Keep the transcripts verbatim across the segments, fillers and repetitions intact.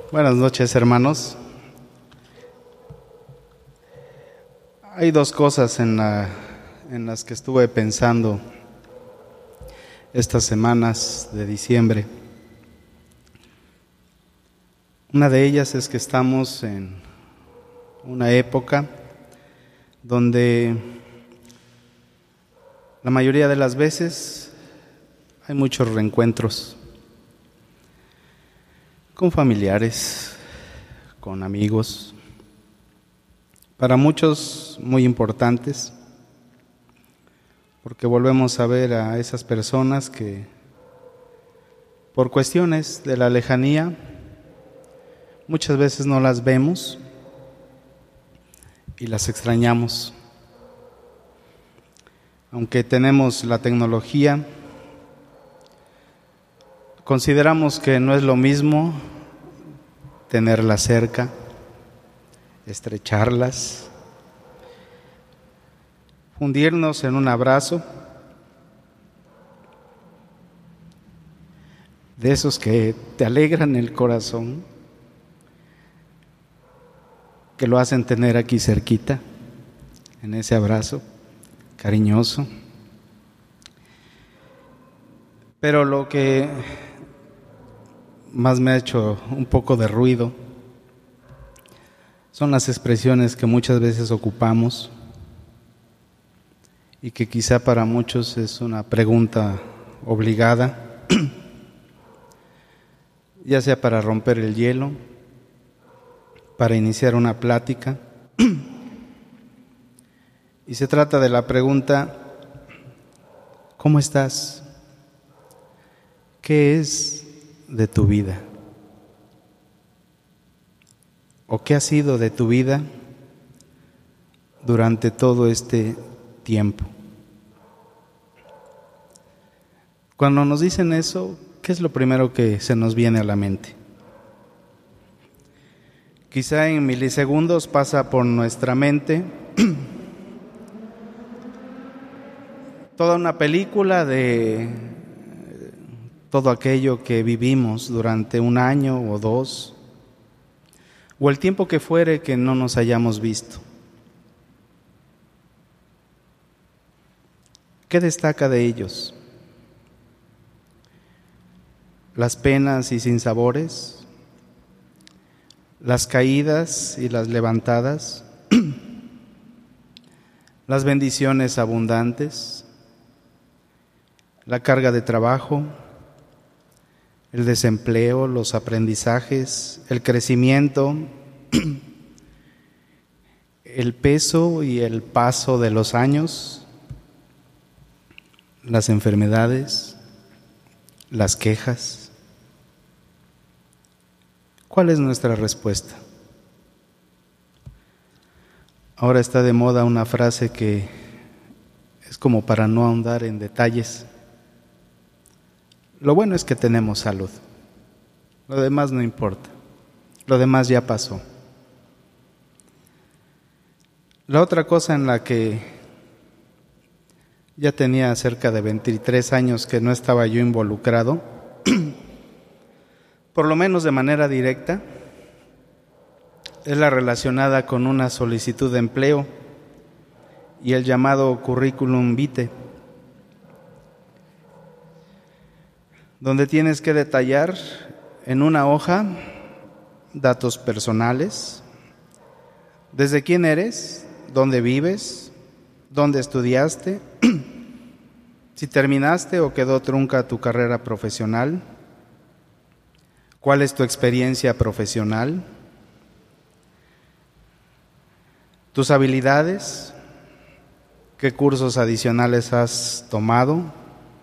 Buenas noches, hermanos. Hay dos cosas en, la, en las que estuve pensando estas semanas de diciembre. Una de ellas es que estamos en una época donde la mayoría de las veces hay muchos reencuentros con familiares, con amigos, para muchos muy importantes, porque volvemos a ver a esas personas que por cuestiones de la lejanía muchas veces no las vemos y las extrañamos. Aunque tenemos la tecnología, consideramos que no es lo mismo tenerlas cerca, estrecharlas, fundirnos en un abrazo, de esos que te alegran el corazón, que lo hacen tener aquí cerquita, en ese abrazo cariñoso. Pero lo que más me ha hecho un poco de ruido son las expresiones que muchas veces ocupamos y que quizá para muchos es una pregunta obligada, ya sea para romper el hielo, para iniciar una plática. Y se trata de la pregunta: ¿cómo estás? ¿Qué es de tu vida? ¿O qué ha sido de tu vida durante todo este tiempo? Cuando nos dicen eso, ¿qué es lo primero que se nos viene a la mente? Quizá en milisegundos pasa por nuestra mente toda una película de todo aquello que vivimos durante un año o dos, o el tiempo que fuere que no nos hayamos visto. ¿Qué destaca de ellos? Las penas y sinsabores, las caídas y las levantadas, las bendiciones abundantes, la carga de trabajo, el desempleo, los aprendizajes, el crecimiento, el peso y el paso de los años, las enfermedades, las quejas. ¿Cuál es nuestra respuesta? Ahora está de moda una frase que es como para no ahondar en detalles. Lo bueno es que tenemos salud. Lo demás no importa. Lo demás ya pasó. La otra cosa en la que ya tenía cerca de veintitrés años que no estaba yo involucrado, por lo menos de manera directa, es la relacionada con una solicitud de empleo y el llamado currículum vitae, donde tienes que detallar en una hoja datos personales, desde quién eres, dónde vives, dónde estudiaste, si terminaste o quedó trunca tu carrera profesional, cuál es tu experiencia profesional, tus habilidades, qué cursos adicionales has tomado,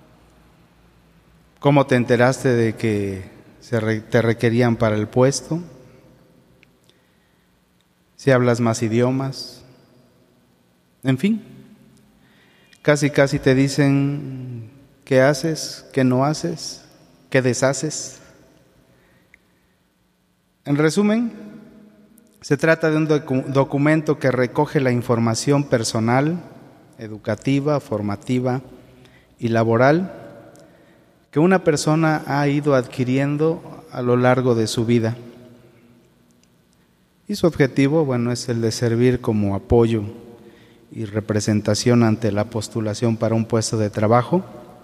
cómo te enteraste de que se re- te requerían para el puesto, si hablas más idiomas, en fin, casi casi te dicen qué haces, qué no haces, qué deshaces. En resumen, se trata de un docu- documento que recoge la información personal, educativa, formativa y laboral que una persona ha ido adquiriendo a lo largo de su vida. Y su objetivo, bueno, es el de servir como apoyo y representación ante la postulación para un puesto de trabajo.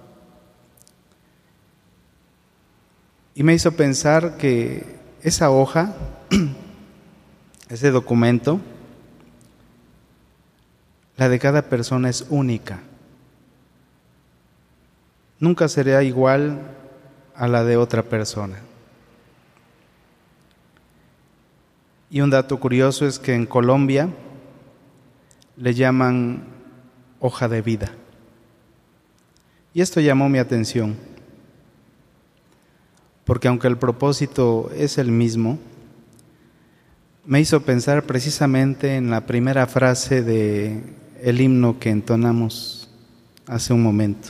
Y me hizo pensar que esa hoja, ese documento, la de cada persona es única. Nunca será igual a la de otra persona. Y un dato curioso es que en Colombia le llaman hoja de vida. Y esto llamó mi atención, porque aunque el propósito es el mismo, me hizo pensar precisamente en la primera frase del himno que entonamos hace un momento.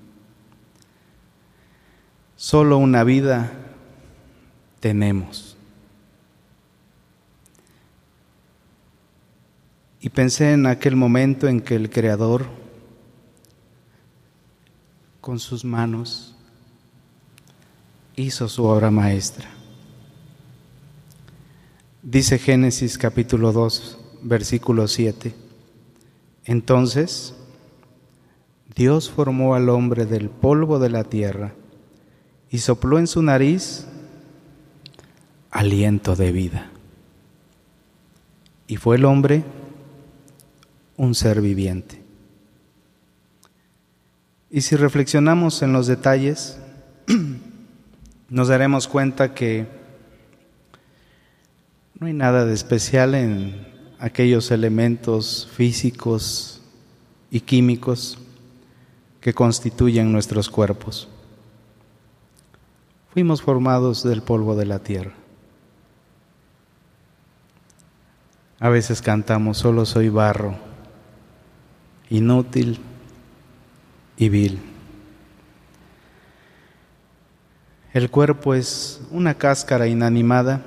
Solo una vida tenemos. Y pensé en aquel momento en que el Creador, con sus manos, hizo su obra maestra. Dice Génesis capítulo dos, versículo siete. Entonces, Dios formó al hombre del polvo de la tierra y sopló en su nariz aliento de vida. Y fue el hombre un ser viviente. Y si reflexionamos en los detalles, nos daremos cuenta que no hay nada de especial en aquellos elementos físicos y químicos que constituyen nuestros cuerpos. Fuimos formados del polvo de la tierra. A veces cantamos, solo soy barro, inútil y vil. El cuerpo es una cáscara inanimada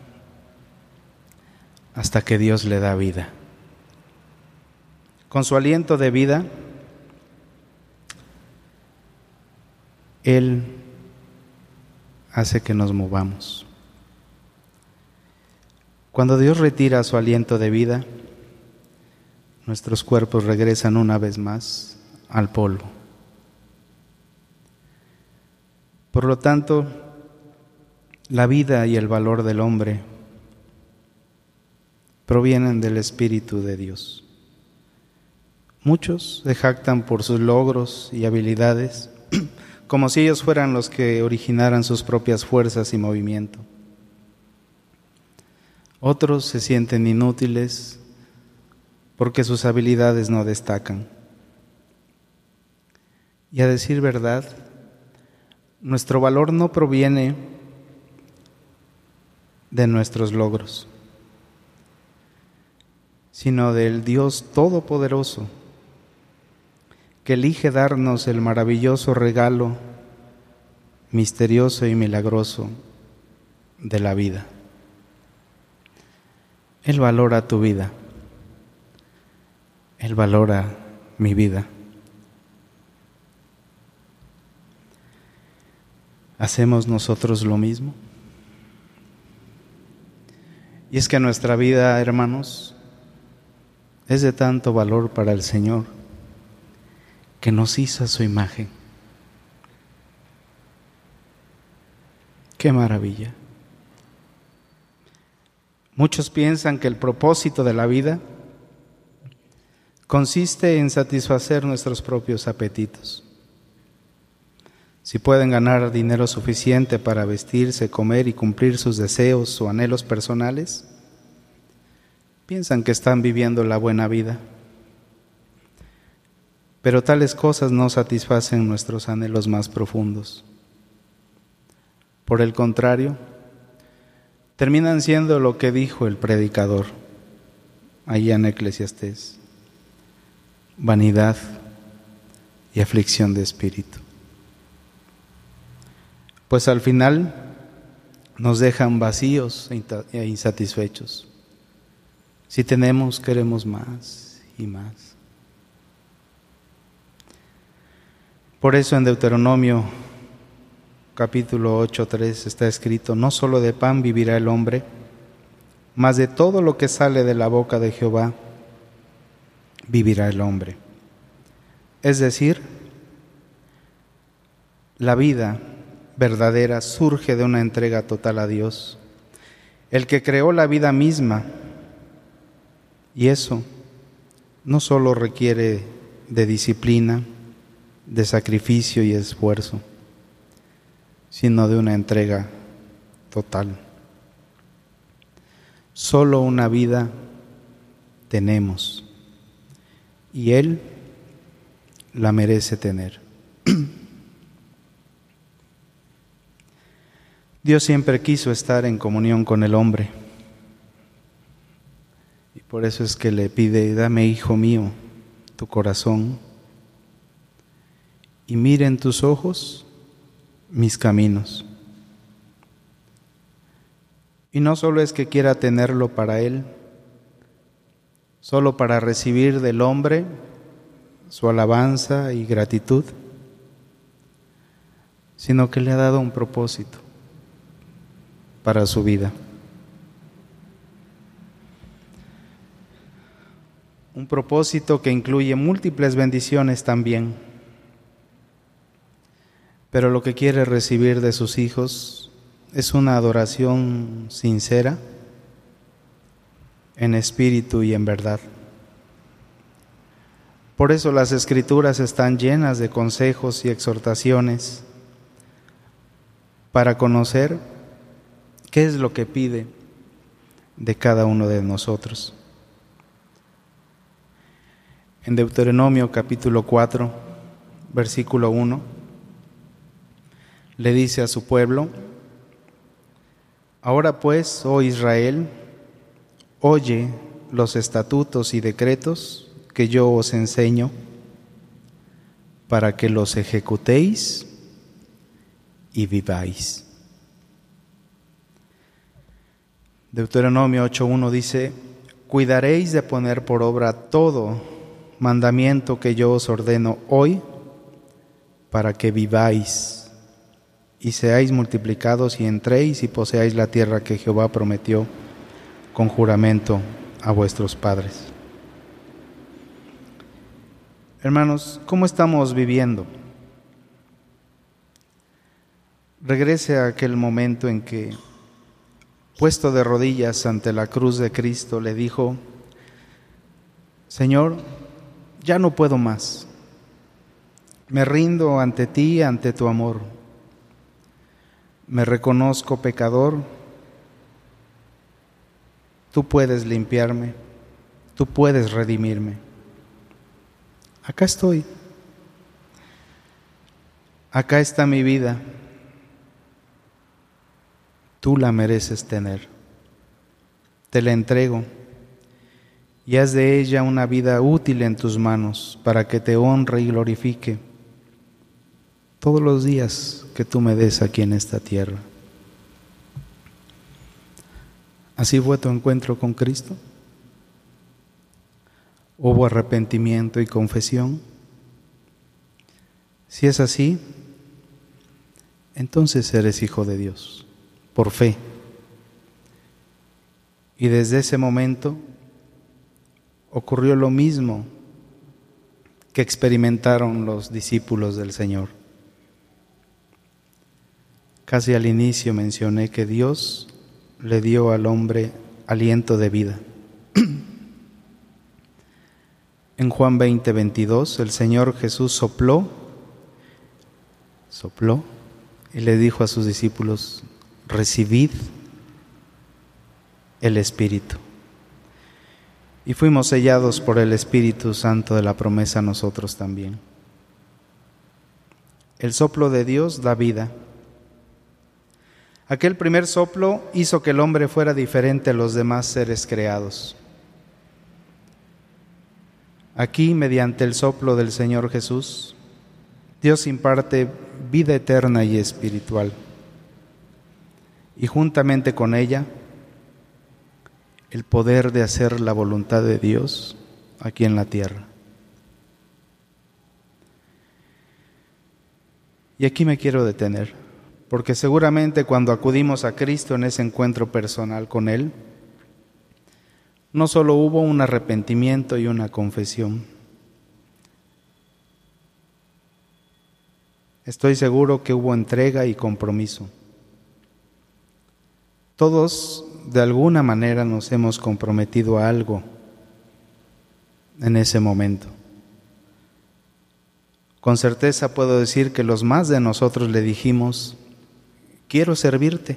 hasta que Dios le da vida. Con su aliento de vida, Él hace que nos movamos. Cuando Dios retira su aliento de vida, nuestros cuerpos regresan una vez más al polvo. Por lo tanto, la vida y el valor del hombre provienen del Espíritu de Dios. Muchos se jactan por sus logros y habilidades, como si ellos fueran los que originaran sus propias fuerzas y movimiento. Otros se sienten inútiles porque sus habilidades no destacan. Y a decir verdad, nuestro valor no proviene de nuestros logros, sino del Dios Todopoderoso, que elige darnos el maravilloso regalo misterioso y milagroso de la vida. Él valora tu vida, Él valora mi vida. ¿Hacemos nosotros lo mismo? Y es que nuestra vida, hermanos, es de tanto valor para el Señor que nos hizo a su imagen. ¡Qué maravilla! Muchos piensan que el propósito de la vida consiste en satisfacer nuestros propios apetitos. Si pueden ganar dinero suficiente para vestirse, comer y cumplir sus deseos o anhelos personales, piensan que están viviendo la buena vida. Pero tales cosas no satisfacen nuestros anhelos más profundos. Por el contrario, terminan siendo lo que dijo el predicador allá en Eclesiastés: vanidad y aflicción de espíritu. Pues al final nos dejan vacíos e insatisfechos. Si tenemos, queremos más y más. Por eso en Deuteronomio capítulo ocho, tres está escrito: no solo de pan vivirá el hombre, mas de todo lo que sale de la boca de Jehová vivirá el hombre. Es decir, la vida verdadera surge de una entrega total a Dios, el que creó la vida misma, y eso no solo requiere de disciplina, de sacrificio y esfuerzo, sino de una entrega total. Solo una vida tenemos y Él la merece tener. Dios siempre quiso estar en comunión con el hombre y por eso es que le pide: dame, hijo mío, tu corazón y mira en tus ojos mis caminos. Y no solo es que quiera tenerlo para Él, solo para recibir del hombre su alabanza y gratitud, sino que le ha dado un propósito para su vida. Un propósito que incluye múltiples bendiciones también. Pero lo que quiere recibir de sus hijos es una adoración sincera, en espíritu y en verdad. Por eso las Escrituras están llenas de consejos y exhortaciones para conocer qué es lo que pide de cada uno de nosotros. En Deuteronomio capítulo cuatro, versículo uno, le dice a su pueblo: ahora pues, oh Israel, oye los estatutos y decretos que yo os enseño, para que los ejecutéis y viváis. Deuteronomio ocho uno dice: cuidaréis de poner por obra todo mandamiento que yo os ordeno hoy, para que viváis y seáis multiplicados y entréis y poseáis la tierra que Jehová prometió con juramento a vuestros padres. Hermanos, ¿cómo estamos viviendo? Regrese a aquel momento en que, puesto de rodillas ante la cruz de Cristo, le dijo: Señor, ya no puedo más. Me rindo ante ti, ante tu amor. Me reconozco pecador. Tú puedes limpiarme. Tú puedes redimirme. Acá estoy. Acá está mi vida. Tú la mereces tener. Te la entrego y haz de ella una vida útil en tus manos para que te honre y glorifique todos los días que tú me des aquí en esta tierra. ¿Así fue tu encuentro con Cristo? ¿Hubo arrepentimiento y confesión? Si es así, entonces eres hijo de Dios, por fe. Y desde ese momento ocurrió lo mismo que experimentaron los discípulos del Señor. Casi al inicio mencioné que Dios le dio al hombre aliento de vida. En Juan veinte, veintidós, el Señor Jesús sopló, sopló y le dijo a sus discípulos: recibid el Espíritu. Y fuimos sellados por el Espíritu Santo de la promesa nosotros también. El soplo de Dios da vida. Aquel primer soplo hizo que el hombre fuera diferente a los demás seres creados. Aquí, mediante el soplo del Señor Jesús, Dios imparte vida eterna y espiritual. Y juntamente con ella, el poder de hacer la voluntad de Dios aquí en la tierra. Y aquí me quiero detener, porque seguramente cuando acudimos a Cristo en ese encuentro personal con Él, no solo hubo un arrepentimiento y una confesión. Estoy seguro que hubo entrega y compromiso. Todos, de alguna manera, nos hemos comprometido a algo en ese momento. Con certeza puedo decir que los más de nosotros le dijimos: quiero servirte,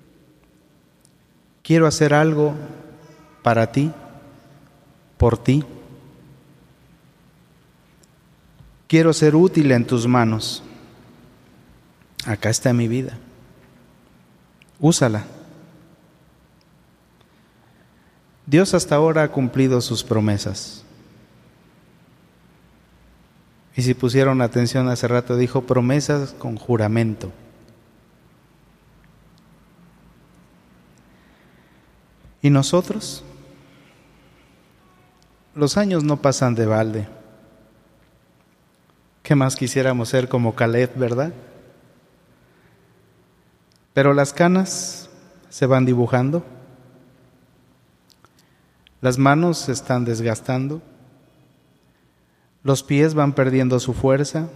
quiero hacer algo para ti, por ti. Quiero ser útil en tus manos. Acá está mi vida. Úsala. Dios hasta ahora ha cumplido sus promesas. Y si pusieron atención hace rato, dijo promesas con juramento. ¿Y nosotros? Los años no pasan de balde. ¿Qué más quisiéramos ser como Caleb, verdad? Pero las canas se van dibujando, las manos se están desgastando, los pies van perdiendo su fuerza,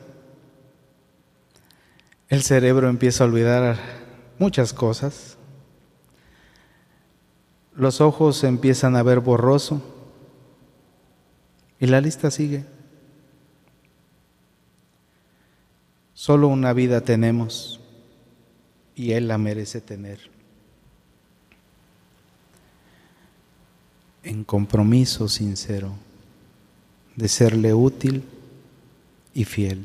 el cerebro empieza a olvidar muchas cosas, los ojos se empiezan a ver borroso y la lista sigue. Solo una vida tenemos y Él la merece tener. En compromiso sincero de serle útil y fiel.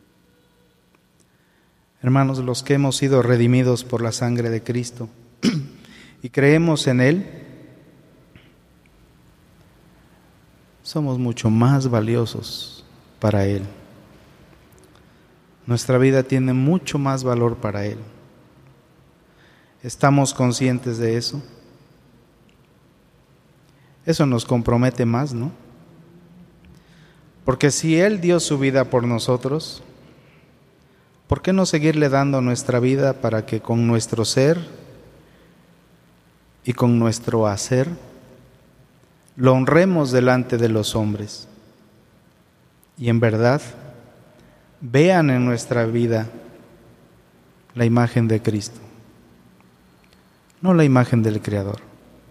Hermanos, los que hemos sido redimidos por la sangre de Cristo y creemos en Él, somos mucho más valiosos para Él. Nuestra vida tiene mucho más valor para Él. ¿Estamos conscientes de eso? Eso nos compromete más, ¿no? Porque si Él dio su vida por nosotros, ¿por qué no seguirle dando nuestra vida para que con nuestro ser y con nuestro hacer lo honremos delante de los hombres? Y en verdad vean en nuestra vida la imagen de Cristo. No la imagen del Creador,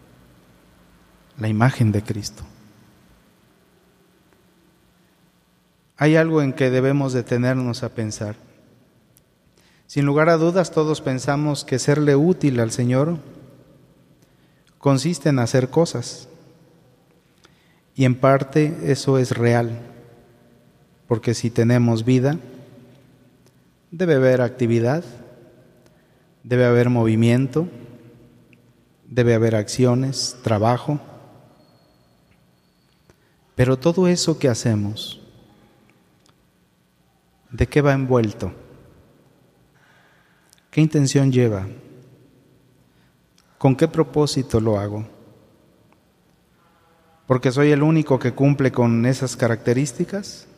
la imagen de Cristo. Hay algo en que debemos detenernos a pensar. Sin lugar a dudas, todos pensamos que serle útil al Señor consiste en hacer cosas. Y en parte eso es real, porque si tenemos vida, debe haber actividad, debe haber movimiento, debe haber acciones, trabajo. Pero todo eso que hacemos, ¿de qué va envuelto? ¿Qué intención lleva? ¿Con qué propósito lo hago? ¿Porque soy el único que cumple con esas características?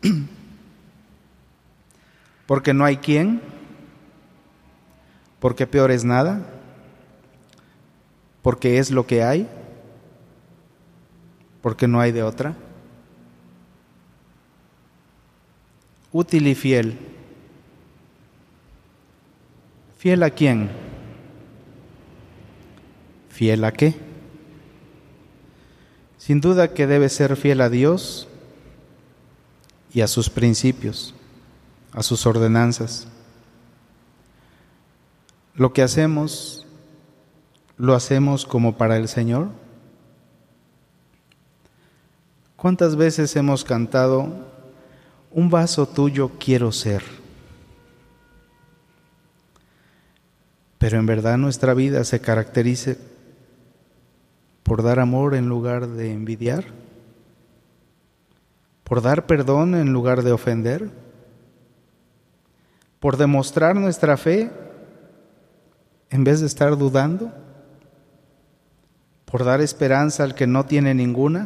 ¿Porque no hay quien? ¿Porque peor es nada? ¿Porque es lo que hay? ¿Porque no hay de otra? Útil y fiel. ¿Fiel a quién? ¿Fiel a qué? Sin duda que debe ser fiel a Dios y a sus principios, a sus ordenanzas. Lo que hacemos, ¿lo hacemos como para el Señor? ¿Cuántas veces hemos cantado, un vaso tuyo quiero ser? Pero en verdad nuestra vida se caracteriza por dar amor en lugar de envidiar, por dar perdón en lugar de ofender, por demostrar nuestra fe en vez de estar dudando, por dar esperanza al que no tiene ninguna,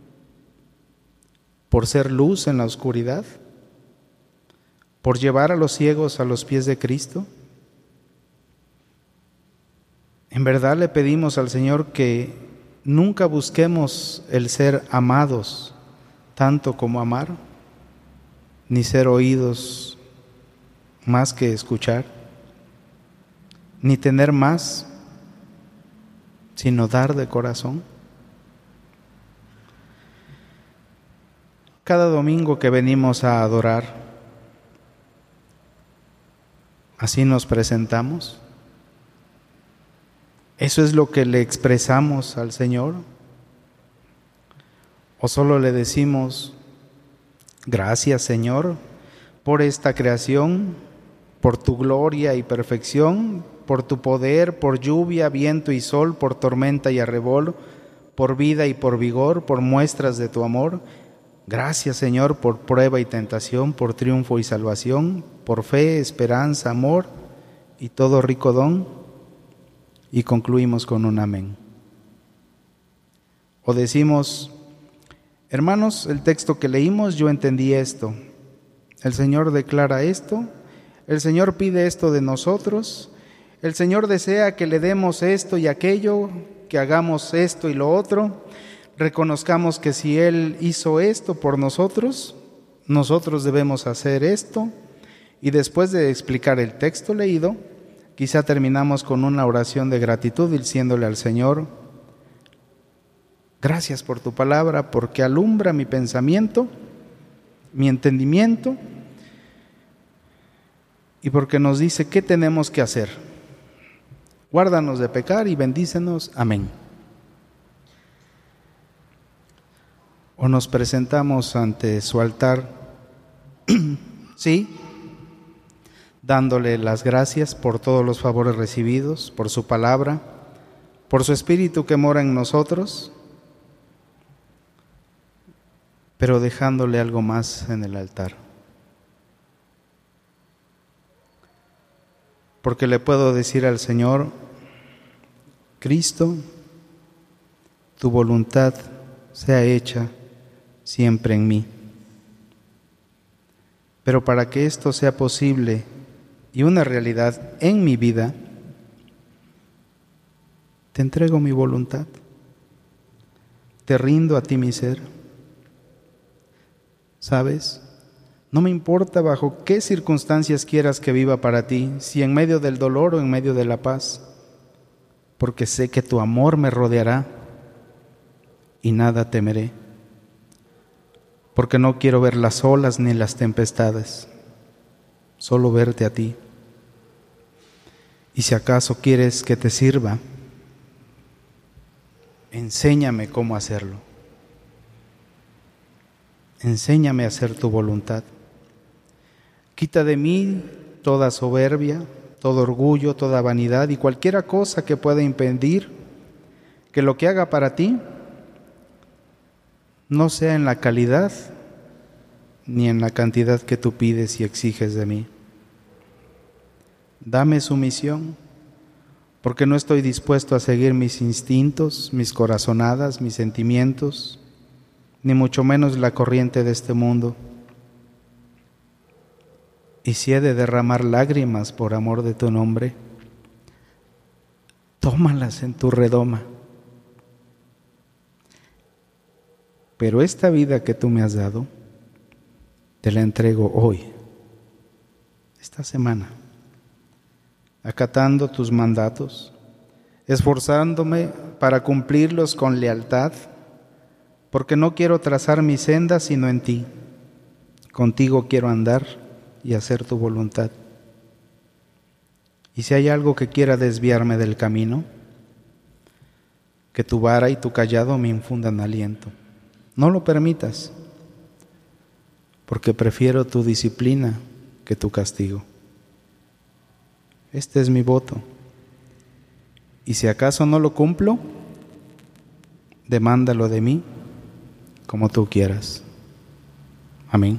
por ser luz en la oscuridad, por llevar a los ciegos a los pies de Cristo. En verdad le pedimos al Señor que nunca busquemos el ser amados tanto como amar, ni ser oídos más que escuchar, ni tener más sino dar de corazón. Cada domingo que venimos a adorar, así nos presentamos. ¿Eso es lo que le expresamos al Señor? ¿O solo le decimos, gracias Señor por esta creación, por tu gloria y perfección, por tu poder, por lluvia, viento y sol, por tormenta y arrebol, por vida y por vigor, por muestras de tu amor? Gracias Señor por prueba y tentación, por triunfo y salvación, por fe, esperanza, amor y todo rico don. Y concluimos con un amén. O decimos, hermanos, el texto que leímos, yo entendí esto. El Señor declara esto, el Señor pide esto de nosotros, el Señor desea que le demos esto y aquello, que hagamos esto y lo otro. Reconozcamos que si Él hizo esto por nosotros, nosotros debemos hacer esto. Y después de explicar el texto leído, quizá terminamos con una oración de gratitud diciéndole al Señor, gracias por tu palabra, porque alumbra mi pensamiento, mi entendimiento, y porque nos dice qué tenemos que hacer. Guárdanos de pecar y bendícenos. Amén. O nos presentamos ante su altar, sí, dándole las gracias por todos los favores recibidos, por su palabra, por su Espíritu que mora en nosotros, pero dejándole algo más en el altar. Porque le puedo decir al Señor, Cristo, tu voluntad sea hecha siempre en mí. Pero para que esto sea posible y una realidad en mi vida, te entrego mi voluntad, te rindo a ti mi ser. ¿Sabes? No me importa bajo qué circunstancias quieras que viva para ti, si en medio del dolor o en medio de la paz, porque sé que tu amor me rodeará y nada temeré, porque no quiero ver las olas ni las tempestades, solo verte a ti. Y si acaso quieres que te sirva, enséñame cómo hacerlo. Enséñame a hacer tu voluntad. Quita de mí toda soberbia, todo orgullo, toda vanidad y cualquier cosa que pueda impedir que lo que haga para ti no sea en la calidad ni en la cantidad que tú pides y exiges de mí. Dame sumisión, porque no estoy dispuesto a seguir mis instintos, mis corazonadas, mis sentimientos, ni mucho menos la corriente de este mundo. Y si he de derramar lágrimas por amor de tu nombre, tómalas en tu redoma. Pero esta vida que tú me has dado, te la entrego hoy, esta semana, acatando tus mandatos, esforzándome para cumplirlos con lealtad, porque no quiero trazar mi senda sino en ti. Contigo quiero andar y hacer tu voluntad. Y si hay algo que quiera desviarme del camino, que tu vara y tu cayado me infundan aliento. No lo permitas, porque prefiero tu disciplina que tu castigo. Este es mi voto. Y si acaso no lo cumplo, demándalo de mí como tú quieras. Amén.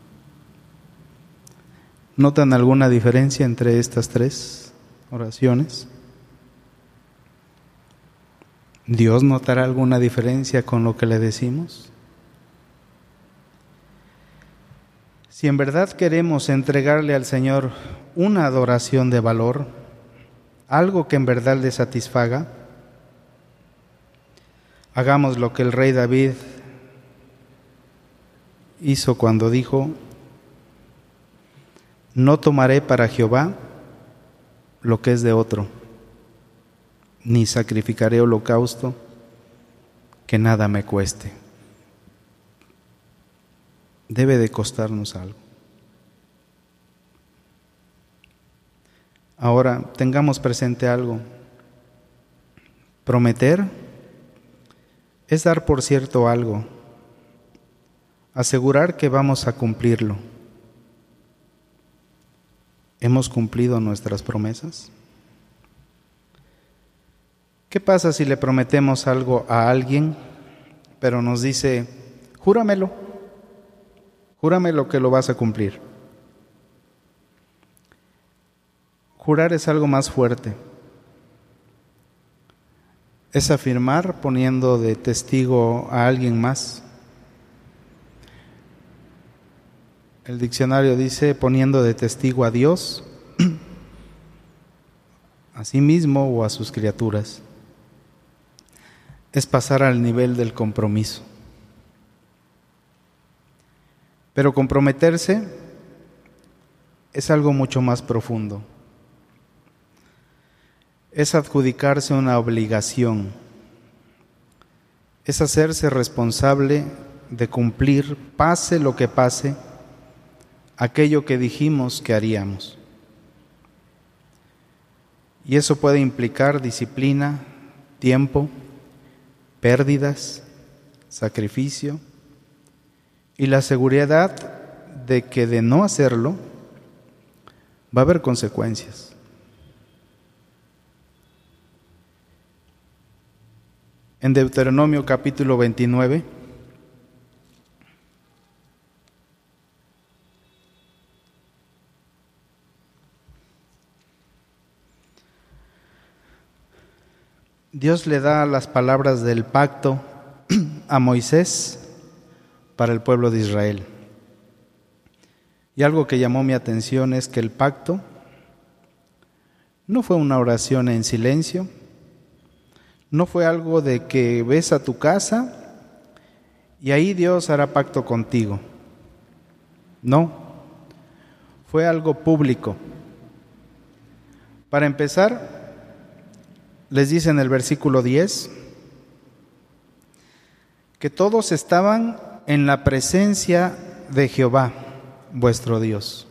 ¿Notan alguna diferencia entre estas tres oraciones? ¿Dios notará alguna diferencia con lo que le decimos? Si en verdad queremos entregarle al Señor una adoración de valor, algo que en verdad le satisfaga, hagamos lo que el rey David hizo cuando dijo: no tomaré para Jehová lo que es de otro, ni sacrificaré holocausto que nada me cueste. Debe de costarnos algo. Ahora, tengamos presente algo. Prometer es dar por cierto algo, asegurar que vamos a cumplirlo. ¿Hemos cumplido nuestras promesas? ¿Qué pasa si le prometemos algo a alguien, pero nos dice: júramelo, júramelo que lo vas a cumplir? Jurar es algo más fuerte. Es afirmar poniendo de testigo a alguien más. El diccionario dice poniendo de testigo a Dios, a sí mismo o a sus criaturas. Es pasar al nivel del compromiso. Pero comprometerse es algo mucho más profundo. Es adjudicarse una obligación. Es hacerse responsable de cumplir, pase lo que pase, aquello que dijimos que haríamos. Y eso puede implicar disciplina, tiempo, pérdidas, sacrificio y la seguridad de que de no hacerlo va a haber consecuencias. En Deuteronomio capítulo veintinueve, Dios le da las palabras del pacto a Moisés para el pueblo de Israel. Y algo que llamó mi atención es que el pacto no fue una oración en silencio, no fue algo de que ves a tu casa y ahí Dios hará pacto contigo. No, fue algo público. Para empezar, les dice en el versículo diez que todos estaban en la presencia de Jehová, vuestro Dios.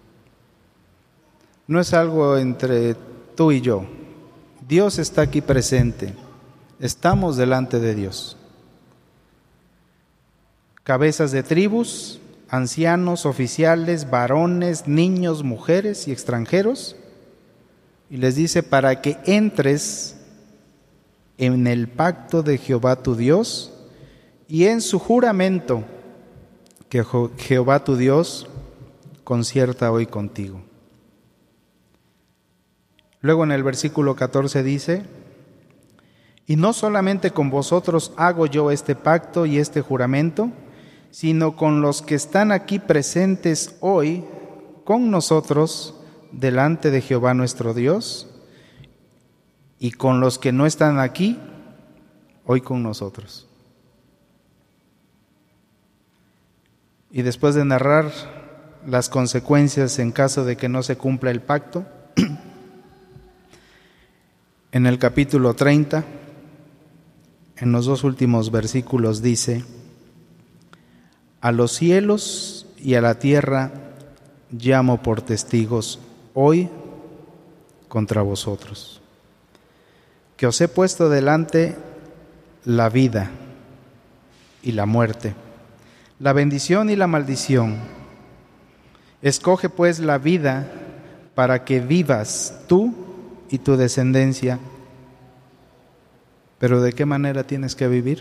No es algo entre tú y yo. Dios está aquí presente. Estamos delante de Dios. Cabezas de tribus, ancianos, oficiales, varones, niños, mujeres y extranjeros. Y les dice: para que entres en el pacto de Jehová tu Dios y en su juramento que Jehová tu Dios concierta hoy contigo. Luego en el versículo catorce dice: y no solamente con vosotros hago yo este pacto y este juramento, sino con los que están aquí presentes hoy con nosotros delante de Jehová nuestro Dios, y con los que no están aquí hoy con nosotros. Y después de narrar las consecuencias en caso de que no se cumpla el pacto, en el capítulo treinta, en los dos últimos versículos dice: a los cielos y a la tierra llamo por testigos hoy contra vosotros, que os he puesto delante la vida y la muerte, la bendición y la maldición. Escoge pues la vida para que vivas tú y tu descendencia. ¿Pero de qué manera tienes que vivir?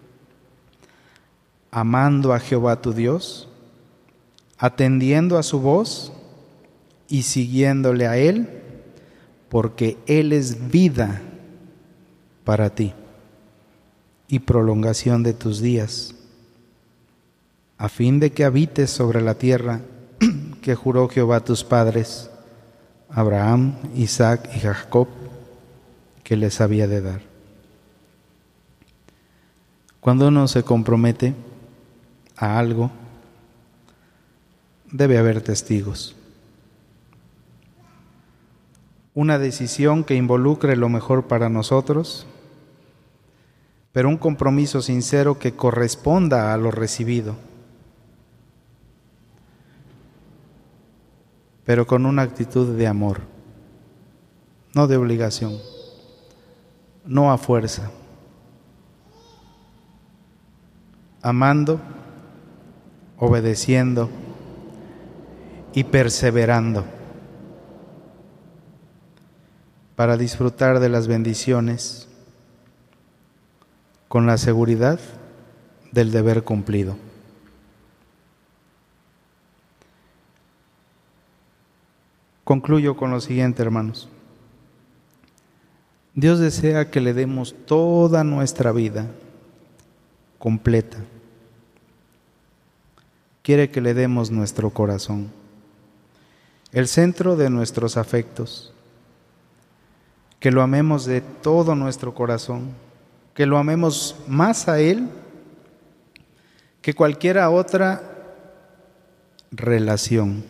Amando a Jehová tu Dios, atendiendo a su voz y siguiéndole a Él, porque Él es vida para ti y prolongación de tus días, a fin de que habites sobre la tierra que juró Jehová a tus padres, Abraham, Isaac y Jacob, que les había de dar. Cuando uno se compromete a algo, debe haber testigos. Una decisión que involucre lo mejor para nosotros, pero un compromiso sincero que corresponda a lo recibido, pero con una actitud de amor, no de obligación, no a fuerza, amando, obedeciendo y perseverando para disfrutar de las bendiciones con la seguridad del deber cumplido. Concluyo con lo siguiente, hermanos. Dios desea que le demos toda nuestra vida completa. Quiere que le demos nuestro corazón, el centro de nuestros afectos, que lo amemos de todo nuestro corazón, que lo amemos más a Él que cualquier otra relación,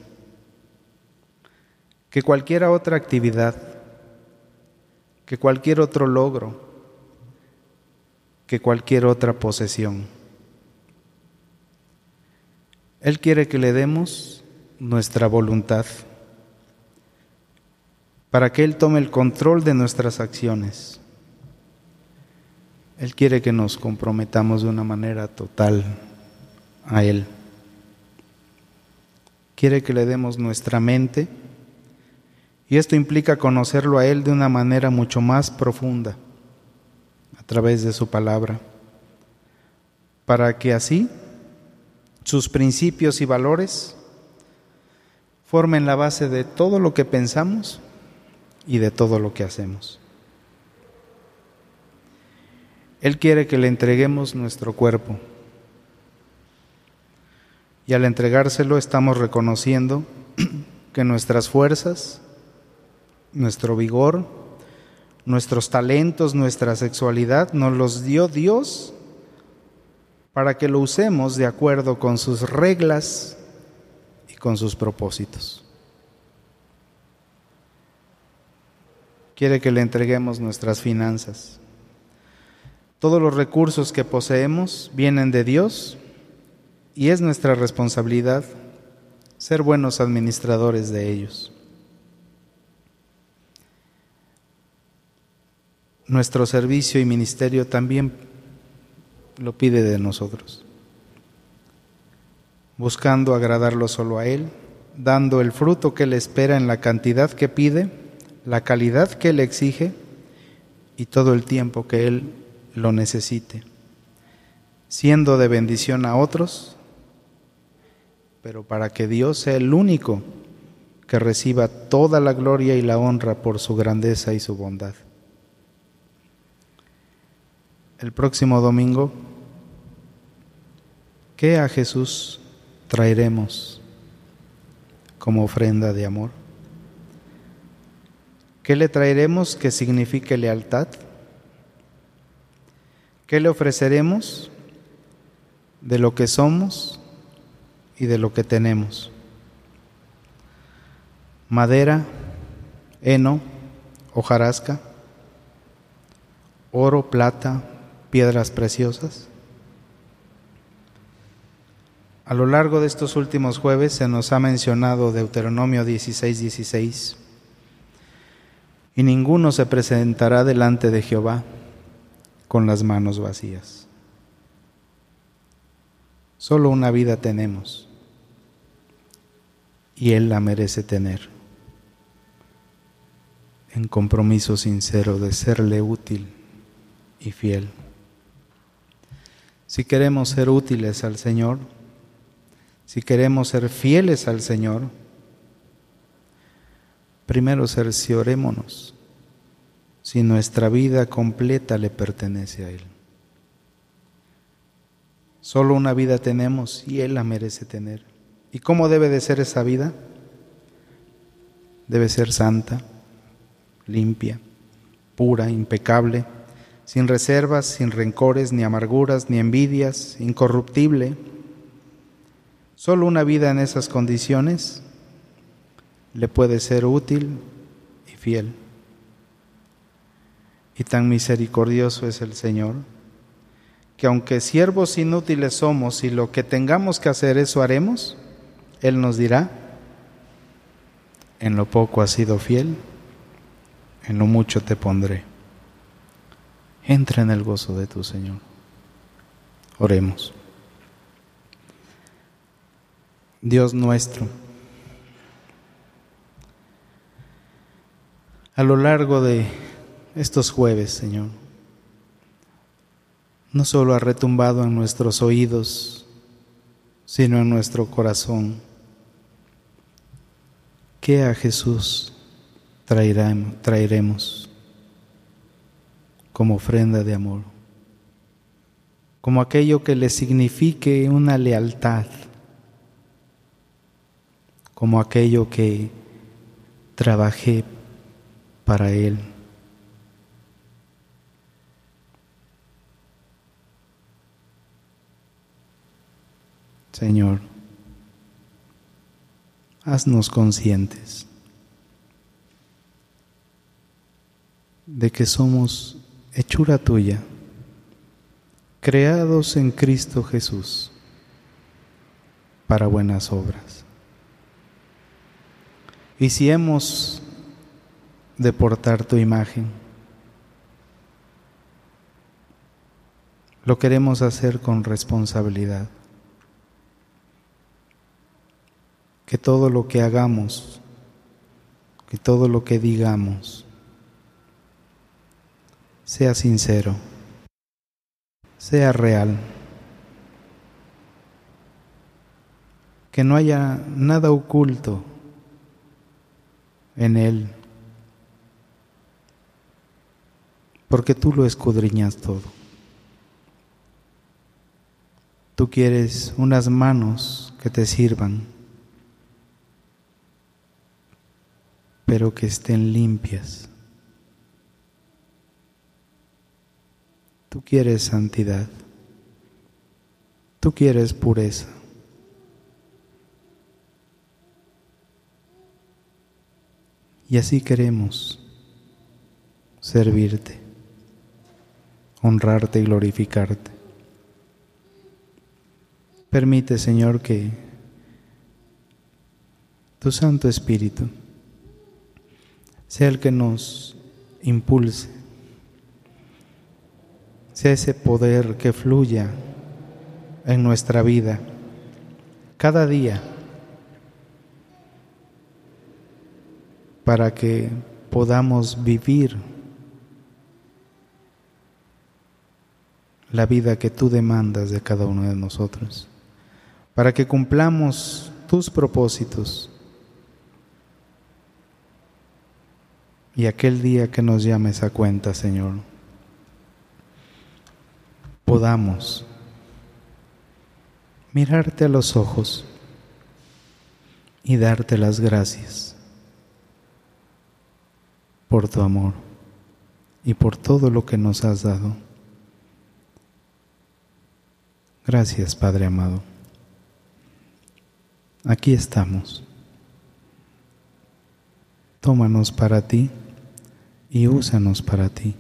que cualquier otra actividad, que cualquier otro logro, que cualquier otra posesión. Él quiere que le demos nuestra voluntad para que Él tome el control de nuestras acciones. Él quiere que nos comprometamos de una manera total a Él. Quiere que le demos nuestra mente, y esto implica conocerlo a Él de una manera mucho más profunda, a través de su palabra, para que así sus principios y valores formen la base de todo lo que pensamos y de todo lo que hacemos. Él quiere que le entreguemos nuestro cuerpo, y al entregárselo estamos reconociendo que nuestras fuerzas, nuestro vigor, nuestros talentos, nuestra sexualidad nos los dio Dios para que lo usemos de acuerdo con sus reglas y con sus propósitos. Quiere que le entreguemos nuestras finanzas. Todos los recursos que poseemos vienen de Dios y es nuestra responsabilidad ser buenos administradores de ellos. Nuestro servicio y ministerio también lo pide de nosotros, buscando agradarlo solo a Él, dando el fruto que Él espera en la cantidad que pide, la calidad que Él exige y todo el tiempo que Él lo necesite, siendo de bendición a otros, pero para que Dios sea el único que reciba toda la gloria y la honra por su grandeza y su bondad. El próximo domingo, ¿qué a Jesús traeremos como ofrenda de amor? ¿Qué le traeremos que signifique lealtad? ¿Qué le ofreceremos de lo que somos y de lo que tenemos? Madera, heno, hojarasca, oro, plata, piedras preciosas. A lo largo de estos últimos jueves se nos ha mencionado Deuteronomio dieciséis, dieciséis. Y ninguno se presentará delante de Jehová con las manos vacías. Solo una vida tenemos y Él la merece tener, en compromiso sincero de serle útil y fiel. Si queremos ser útiles al Señor, si queremos ser fieles al Señor, primero cerciorémonos si nuestra vida completa le pertenece a Él. Solo una vida tenemos y Él la merece tener. ¿Y cómo debe de ser esa vida? Debe ser santa, limpia, pura, impecable, sin reservas, sin rencores, ni amarguras, ni envidias, incorruptible. Solo una vida en esas condiciones le puede ser útil y fiel. Y tan misericordioso es el Señor, que aunque siervos inútiles somos y lo que tengamos que hacer eso haremos, Él nos dirá: en lo poco has sido fiel, en lo mucho te pondré. Entra en el gozo de tu Señor. Oremos. Dios nuestro, a lo largo de estos jueves, Señor, no solo ha retumbado en nuestros oídos, sino en nuestro corazón, que a Jesús traeremos, traeremos como ofrenda de amor, como aquello que le signifique una lealtad, como aquello que trabajé para Él. Señor, haznos conscientes de que somos hechura tuya, creados en Cristo Jesús para buenas obras. Y si hemos de portar tu imagen, lo queremos hacer con responsabilidad. Que todo lo que hagamos, que todo lo que digamos, sea sincero, sea real, que no haya nada oculto en él, porque tú lo escudriñas todo. Tú quieres unas manos que te sirvan, pero que estén limpias. Tú quieres santidad, tú quieres pureza. Y así queremos servirte, honrarte y glorificarte. Permite, Señor, que tu Santo Espíritu sea el que nos impulse, sea ese poder que fluya en nuestra vida cada día para que podamos vivir la vida que tú demandas de cada uno de nosotros, para que cumplamos tus propósitos. Y aquel día que nos llames a cuenta, Señor, podamos mirarte a los ojos y darte las gracias por tu amor y por todo lo que nos has dado. Gracias, Padre amado. Aquí estamos. Tómanos para ti y úsanos para ti.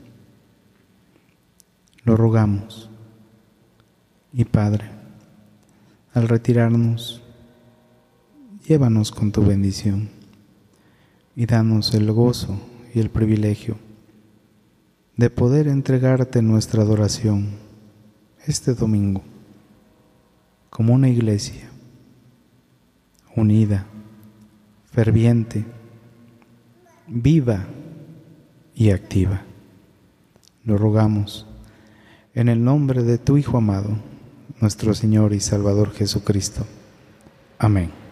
Lo rogamos. Y Padre, al retirarnos, llévanos con tu bendición y danos el gozo y el privilegio de poder entregarte nuestra adoración este domingo como una iglesia unida, ferviente, viva y activa. Lo rogamos en el nombre de tu Hijo amado, nuestro Señor y Salvador Jesucristo. Amén.